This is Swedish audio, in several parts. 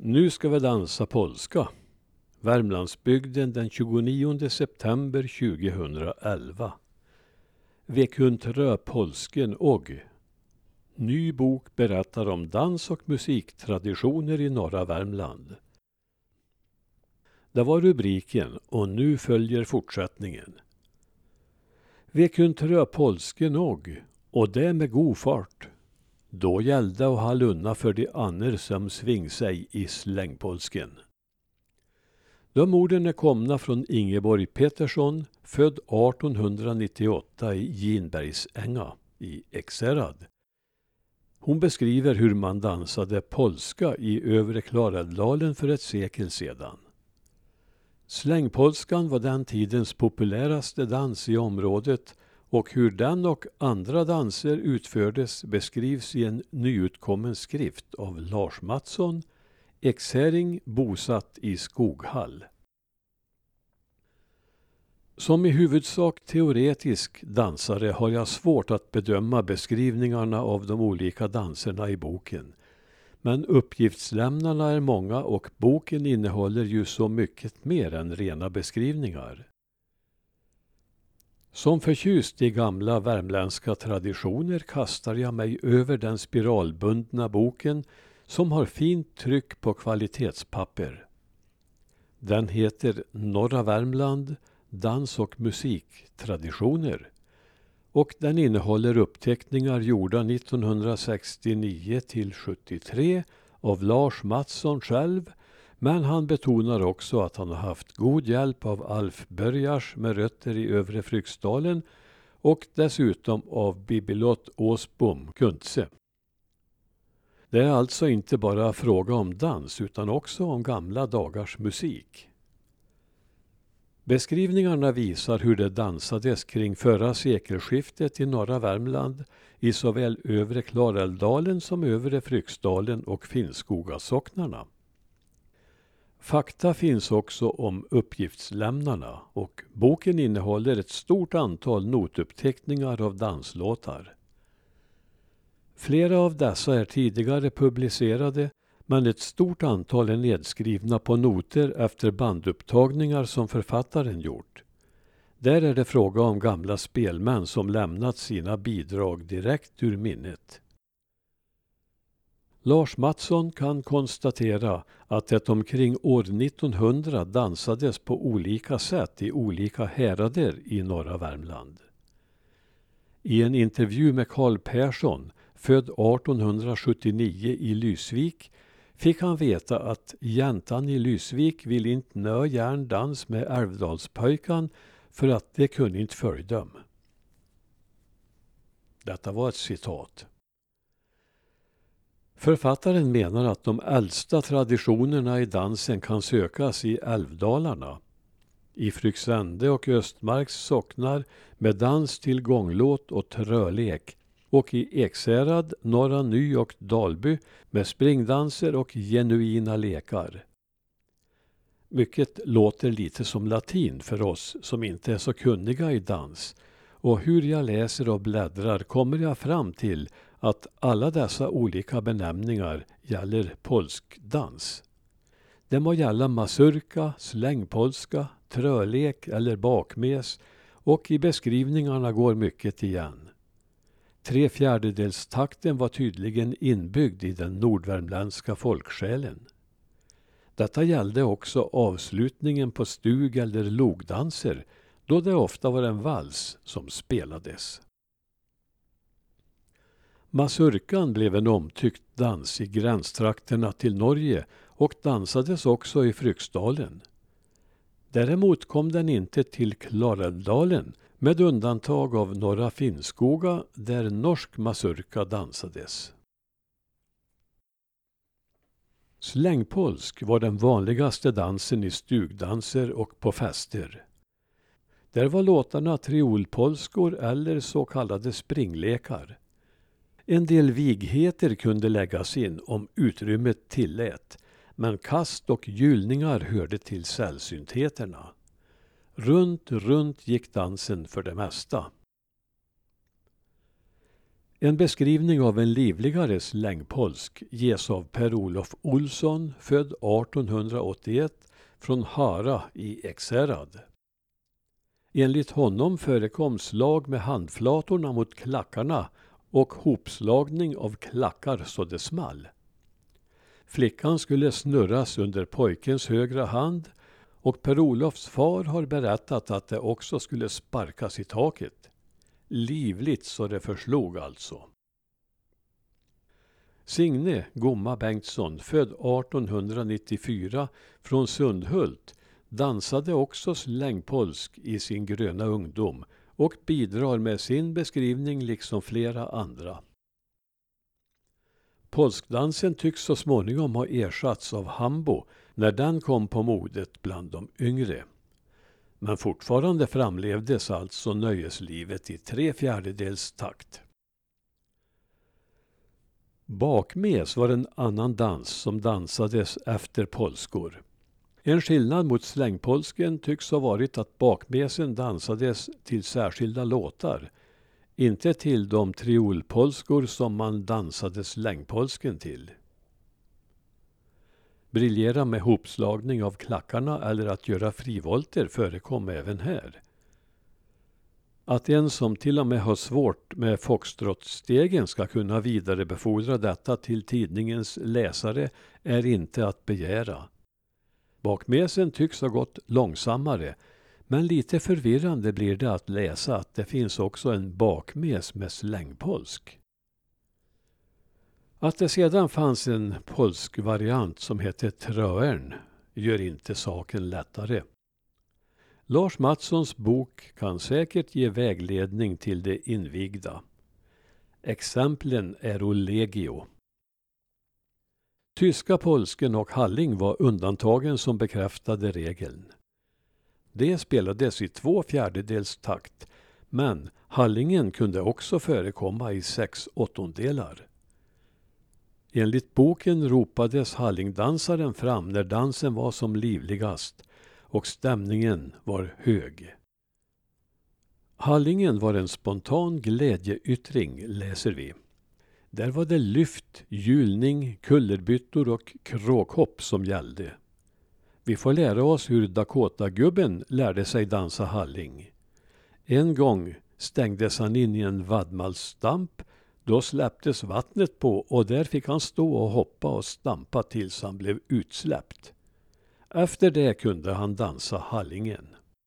Nu ska vi dansa polska. Värmlandsbygden den 29 september 2011. Vekuntrö polsken och. Ny bok berättar om dans- och musiktraditioner i norra Värmland. Det var rubriken och nu följer fortsättningen. Vekuntrö polsken och det med god fart. Då gällde att ha lunna för de anner som sving sig i slängpolsken. De orden är komna från Ingeborg Pettersson, född 1898 i Ginbergsänga i Ekshärad. Hon beskriver hur man dansade polska i övre Klarälvdalen för ett sekel sedan. Slängpolskan var den tidens populäraste dans i området och hur den och andra danser utfördes beskrivs i en nyutkommen skrift av Lars Mattsson, ekshäring bosatt i Skoghall. Som i huvudsak teoretisk dansare har jag svårt att bedöma beskrivningarna av de olika danserna i boken. Men uppgiftslämnarna är många och boken innehåller ju så mycket mer än rena beskrivningar. Som förtjust i gamla värmländska traditioner kastar jag mig över den spiralbundna boken som har fint tryck på kvalitetspapper. Den heter Norra Värmland, dans- och musiktraditioner och den innehåller uppteckningar gjorda 1969-73 av Lars Mattsson själv, men han betonar också att han har haft god hjälp av Alf Börjars med rötter i Övre Fryksdalen och dessutom av Bibelot Åsbom Kuntse. Det är alltså inte bara fråga om dans utan också om gamla dagars musik. Beskrivningarna visar hur det dansades kring förra sekelskiftet i norra Värmland i såväl övre Klarälvdalen som övre Fryksdalen och Finnskogasocknarna. Fakta finns också om uppgiftslämnarna och boken innehåller ett stort antal notuppteckningar av danslåtar. Flera av dessa är tidigare publicerade men ett stort antal är nedskrivna på noter efter bandupptagningar som författaren gjort. Där är det fråga om gamla spelmän som lämnat sina bidrag direkt ur minnet. Lars Mattsson kan konstatera att det omkring år 1900 dansades på olika sätt i olika härader i norra Värmland. I en intervju med Carl Persson, född 1879 i Lysvik, fick han veta att jäntan i Lysvik vill inte nö järn dans med Älvdalspöjkan för att det kunde inte följa dem. Detta var ett citat. Författaren menar att de äldsta traditionerna i dansen kan sökas i älvdalarna. I Fryksände och Östmarks socknar med dans till gånglåt och trölek och i Ekshärad, Norra Ny och Dalby med springdanser och genuina lekar. Mycket låter lite som latin för oss som inte är så kunniga i dans och hur jag läser och bläddrar kommer jag fram till att alla dessa olika benämningar gäller polskdans. Det må gälla mazurka, slängpolska, trölek eller bakmes och i beskrivningarna går mycket igen. 3/4-takten var tydligen inbyggd i den nordvärmländska folksjälen. Detta gällde också avslutningen på stug- eller logdanser då det ofta var en vals som spelades. Mazurkan blev en omtyckt dans i gränstrakterna till Norge och dansades också i Fryksdalen. Däremot kom den inte till Klarälvdalen med undantag av norra Finnskoga där norsk mazurka dansades. Slängpolsk var den vanligaste dansen i stugdanser och på fester. Där var låtarna triolpolskor eller så kallade springlekar. En del vigheter kunde läggas in om utrymmet tillät, men kast och gyllningar hörde till sällsyntheterna. Runt gick dansen för det mesta. En beskrivning av en livligare slängpolsk ges av Per-Olof Olsson, född 1881, från Hara i Ekshärad. Enligt honom förekom slag med handflatorna mot klackarna och hopslagning av klackar så det small. Flickan skulle snurras under pojkens högra hand och Per-Olofs far har berättat att det också skulle sparkas i taket. Livligt så det förslog alltså. Signe Gomma Bengtsson, född 1894, från Sundhult, dansade också slängpolsk i sin gröna ungdom och bidrar med sin beskrivning liksom flera andra. Polskdansen tycks så småningom ha ersatts av hambo när den kom på modet bland de yngre. Men fortfarande framlevdes alltså nöjeslivet i 3/4 takt. Bakmes var en annan dans som dansades efter polskor. En skillnad mot slängpolsken tycks ha varit att bakmesen dansades till särskilda låtar, inte till de triolpolskor som man dansade slängpolsken till. Briljera med hopslagning av klackarna eller att göra frivolter förekom även här. Att en som till och med har svårt med foxtrotstegen ska kunna vidarebefordra detta till tidningens läsare är inte att begära. Bakmesen tycks ha gått långsammare, men lite förvirrande blir det att läsa att det finns också en bakmes med slängpolsk. Att det sedan fanns en polsk variant som hette tröern gör inte saken lättare. Lars Mattssons bok kan säkert ge vägledning till det invigda. Exemplen är legio. Tyska polsken och halling var undantagen som bekräftade regeln. Det spelades i 2/4 takt, men hallingen kunde också förekomma i 6/8. Enligt boken ropades hallingdansaren fram när dansen var som livligast och stämningen var hög. Hallingen var en spontan glädjeyttring, läser vi. Där var det lyft, hjulning, kullerbyttor och kråkhopp som gällde. Vi får lära oss hur Dakota-gubben lärde sig dansa halling. En gång stängdes han in i en vadmalsstamp. Då släpptes vattnet på och där fick han stå och hoppa och stampa tills han blev utsläppt. Efter det kunde han dansa hallingen.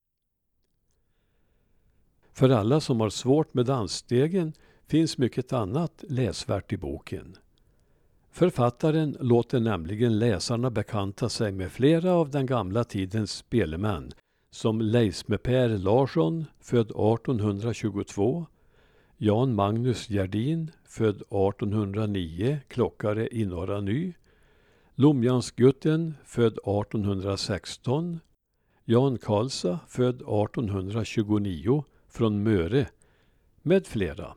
För alla som har svårt med dansstegen finns mycket annat läsvärt i boken. Författaren låter nämligen läsarna bekanta sig med flera av den gamla tidens spelemän som Leismer-Per Larsson, född 1822, Jan Magnus Gerdin, född 1809, klockare i Norra Ny, Lomjansgutten, född 1816, Jan Karlsa, född 1829, från Möre, med flera.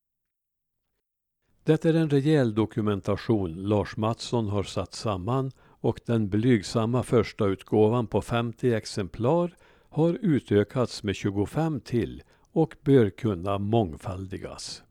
Det är en rejäl dokumentation Lars Mattsson har satt samman och den blygsamma första utgåvan på 50 exemplar har utökats med 25 till och bör kunna mångfaldigas.